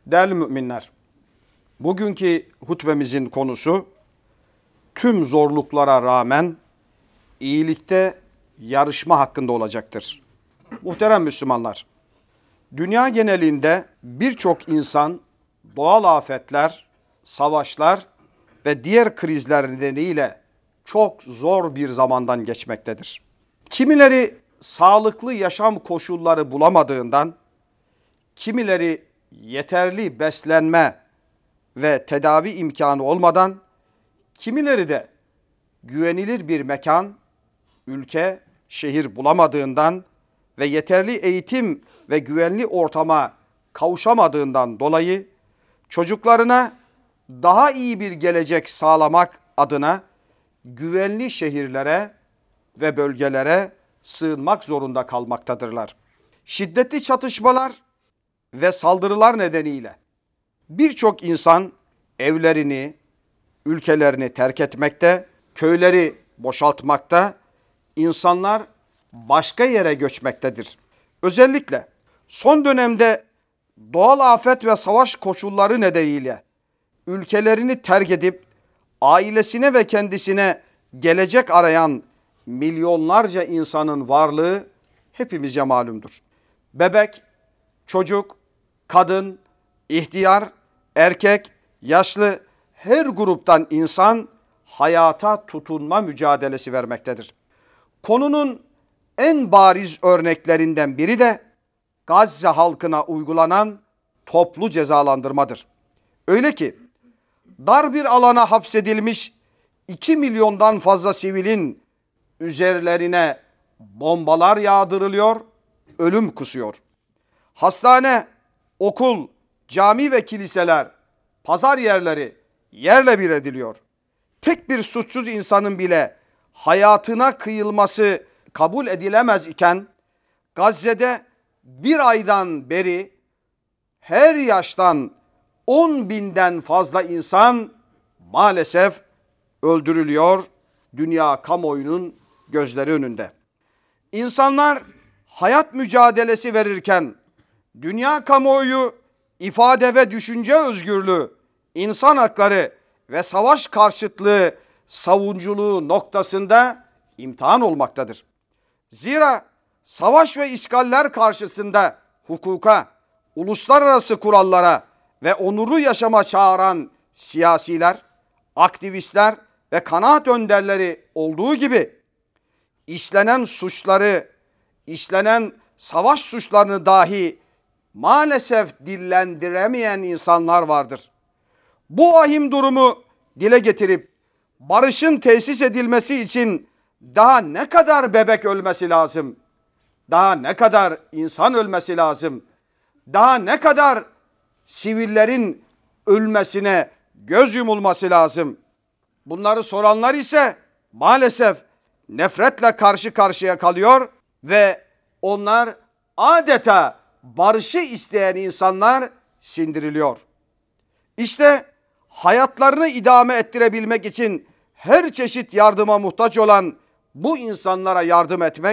Değerli müminler, bugünkü hutbemizin konusu tüm zorluklara rağmen iyilikte yarışma hakkında olacaktır. Muhterem Müslümanlar, dünya genelinde birçok insan doğal afetler, savaşlar ve diğer krizler nedeniyle çok zor bir zamandan geçmektedir. Kimileri sağlıklı yaşam koşulları bulamadığından, kimileri yeterli beslenme ve tedavi imkanı olmadan, kimileri de güvenilir bir mekan, ülke, şehir bulamadığından ve yeterli eğitim ve güvenli ortama kavuşamadığından dolayı çocuklarına daha iyi bir gelecek sağlamak adına güvenli şehirlere ve bölgelere sığınmak zorunda kalmaktadırlar. Şiddetli çatışmalar ve saldırılar nedeniyle birçok insan evlerini, ülkelerini terk etmekte, köyleri boşaltmakta, insanlar başka yere göçmektedir. Özellikle son dönemde doğal afet ve savaş koşulları nedeniyle ülkelerini terk edip ailesine ve kendisine gelecek arayan milyonlarca insanın varlığı hepimize malumdur. Bebek, çocuk, kadın, ihtiyar, erkek, yaşlı her gruptan insan hayata tutunma mücadelesi vermektedir. Konunun en bariz örneklerinden biri de Gazze halkına uygulanan toplu cezalandırmadır. Öyle ki dar bir alana hapsedilmiş 2 milyondan fazla sivilin üzerlerine bombalar yağdırılıyor, ölüm kusuyor. Hastane, okul, cami ve kiliseler, pazar yerleri yerle bir ediliyor. Tek bir suçsuz insanın bile hayatına kıyılması kabul edilemez iken Gazze'de bir aydan beri her yaştan 10 binden fazla insan maalesef öldürülüyor dünya kamuoyunun gözleri önünde. İnsanlar hayat mücadelesi verirken dünya kamuoyu ifade ve düşünce özgürlüğü, insan hakları ve savaş karşıtlığı savunuculuğu noktasında imtihan olmaktadır. Zira savaş ve işgaller karşısında hukuka, uluslararası kurallara ve onurlu yaşama çağıran siyasiler, aktivistler ve kanaat önderleri olduğu gibi işlenen suçları, işlenen savaş suçlarını dahi maalesef dillendiremeyen insanlar vardır. Bu vahim durumu dile getirip barışın tesis edilmesi için daha ne kadar bebek ölmesi lazım? Daha ne kadar insan ölmesi lazım? Daha ne kadar sivillerin ölmesine göz yumulması lazım? Bunları soranlar ise maalesef nefretle karşı karşıya kalıyor ve onlar adeta barışı isteyen insanlar sindiriliyor. İşte hayatlarını idame ettirebilmek için her çeşit yardıma muhtaç olan bu insanlara yardım etmek,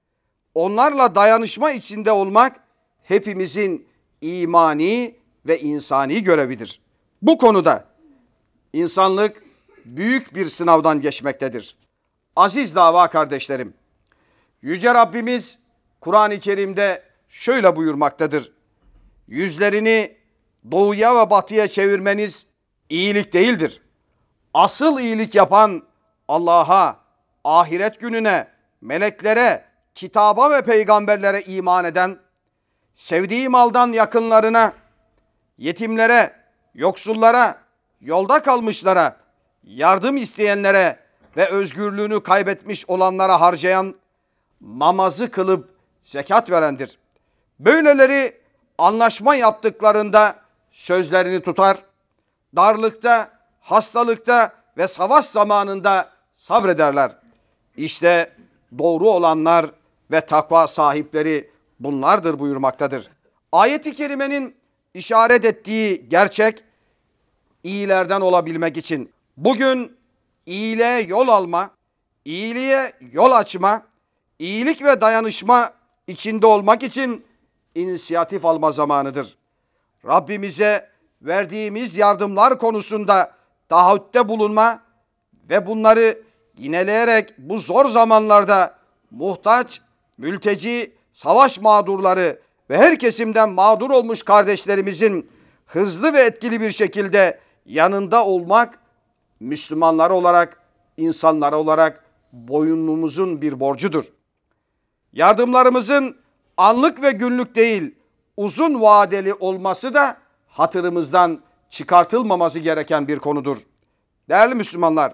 onlarla dayanışma içinde olmak hepimizin imani ve insani görevidir. Bu konuda insanlık büyük bir sınavdan geçmektedir. Aziz dava kardeşlerim, Yüce Rabbimiz Kur'an-ı Kerim'de şöyle buyurmaktadır. Yüzlerini doğuya ve batıya çevirmeniz iyilik değildir. Asıl iyilik yapan Allah'a, ahiret gününe, meleklere, kitaba ve peygamberlere iman eden, sevdiği maldan yakınlarına, yetimlere, yoksullara, yolda kalmışlara, yardım isteyenlere ve özgürlüğünü kaybetmiş olanlara harcayan, namazı kılıp zekat verendir. Böyleleri anlaşma yaptıklarında sözlerini tutar, darlıkta, hastalıkta ve savaş zamanında sabrederler. İşte doğru olanlar ve takva sahipleri bunlardır buyurmaktadır. Ayet-i kerimenin işaret ettiği gerçek, iyilerden olabilmek için bugün iyiliğe yol alma, iyiliğe yol açma, iyilik ve dayanışma içinde olmak için inisiyatif alma zamanıdır. Rabbimize verdiğimiz yardımlar konusunda taahhütte bulunma ve bunları yineleyerek bu zor zamanlarda muhtaç, mülteci, savaş mağdurları ve her kesimden mağdur olmuş kardeşlerimizin hızlı ve etkili bir şekilde yanında olmak, Müslümanlar olarak, insanlar olarak boyunluğumuzun bir borcudur. Yardımlarımızın anlık ve günlük değil, uzun vadeli olması da hatırımızdan çıkartılmaması gereken bir konudur. Değerli Müslümanlar,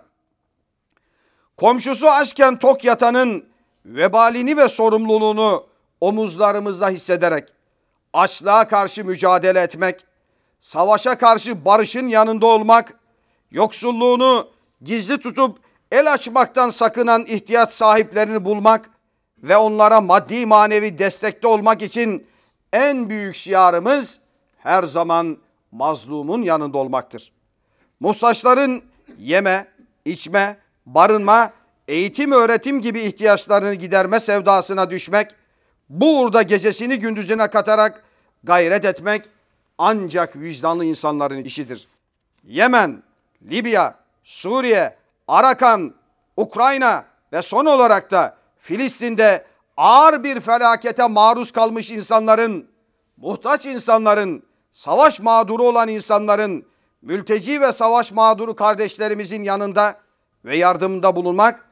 komşusu açken tok yatanın vebalini ve sorumluluğunu omuzlarımızda hissederek açlığa karşı mücadele etmek, savaşa karşı barışın yanında olmak, yoksulluğunu gizli tutup el açmaktan sakınan ihtiyaç sahiplerini bulmak ve onlara maddi manevi destekte olmak için en büyük şiarımız her zaman mazlumun yanında olmaktır. Muhtaçların yeme, içme, barınma, eğitim, öğretim gibi ihtiyaçlarını giderme sevdasına düşmek, bu uğurda gecesini gündüzüne katarak gayret etmek ancak vicdanlı insanların işidir. Yemen, Libya, Suriye, Arakan, Ukrayna ve son olarak da Filistin'de ağır bir felakete maruz kalmış insanların, muhtaç insanların, savaş mağduru olan insanların, mülteci ve savaş mağduru kardeşlerimizin yanında ve yardımında bulunmak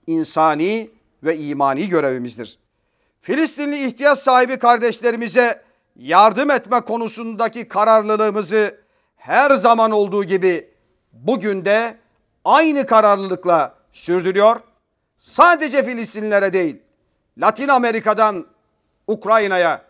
insani ve imani görevimizdir. Filistinli ihtiyaç sahibi kardeşlerimize yardım etme konusundaki kararlılığımızı her zaman olduğu gibi bugün de aynı kararlılıkla sürdürüyor. Sadece Filistinlilere değil, Latin Amerika'dan Ukrayna'ya,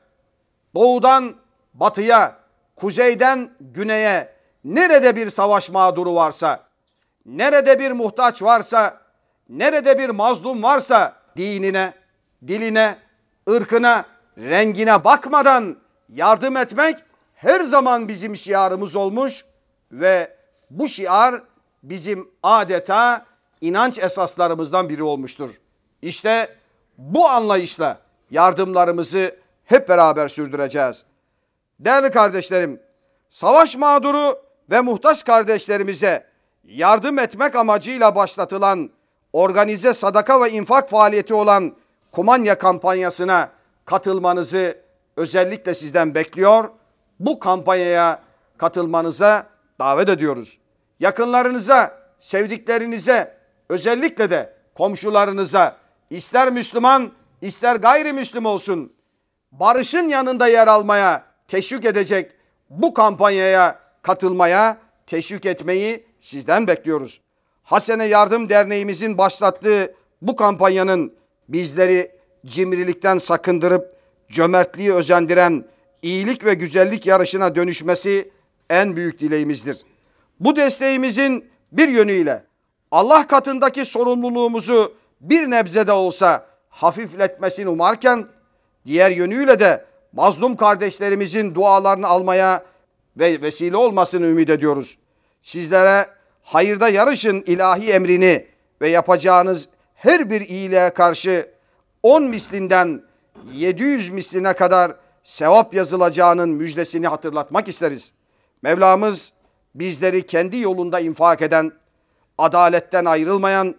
doğudan batıya, kuzeyden güneye, nerede bir savaş mağduru varsa, nerede bir muhtaç varsa, nerede bir mazlum varsa dinine, diline, ırkına, rengine bakmadan yardım etmek her zaman bizim şiarımız olmuş ve bu şiar bizim adeta inanç esaslarımızdan biri olmuştur. İşte bu anlayışla yardımlarımızı hep beraber sürdüreceğiz. Değerli kardeşlerim, savaş mağduru ve muhtaç kardeşlerimize yardım etmek amacıyla başlatılan organize sadaka ve infak faaliyeti olan Kumanya kampanyasına katılmanızı özellikle sizden bekliyor. Bu kampanyaya katılmanıza davet ediyoruz. Yakınlarınıza, sevdiklerinize, özellikle de komşularınıza, ister Müslüman, ister gayrimüslim olsun, barışın yanında yer almaya teşvik edecek bu kampanyaya katılmaya, teşvik etmeyi sizden bekliyoruz. Hasene Yardım Derneğimizin başlattığı bu kampanyanın bizleri cimrilikten sakındırıp cömertliği özendiren iyilik ve güzellik yarışına dönüşmesi en büyük dileğimizdir. Bu desteğimizin bir yönüyle Allah katındaki sorumluluğumuzu bir nebze de olsa hafifletmesini umarken, diğer yönüyle de mazlum kardeşlerimizin dualarını almaya ve vesile olmasını ümit ediyoruz. Sizlere hayırda yarışın ilahi emrini ve yapacağınız her bir iyiliğe karşı 10 mislinden 700 misline kadar sevap yazılacağının müjdesini hatırlatmak isteriz. Mevlamız bizleri kendi yolunda infak eden, adaletten ayrılmayan,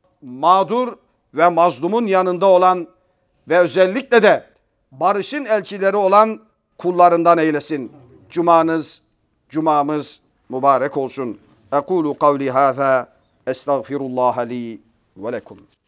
mağdur ve mazlumun yanında olan ve özellikle de barışın elçileri olan kullarından eylesin. Cumamız mübarek olsun. Ekulu kavli hâzâ estağfirullah li ve lekum.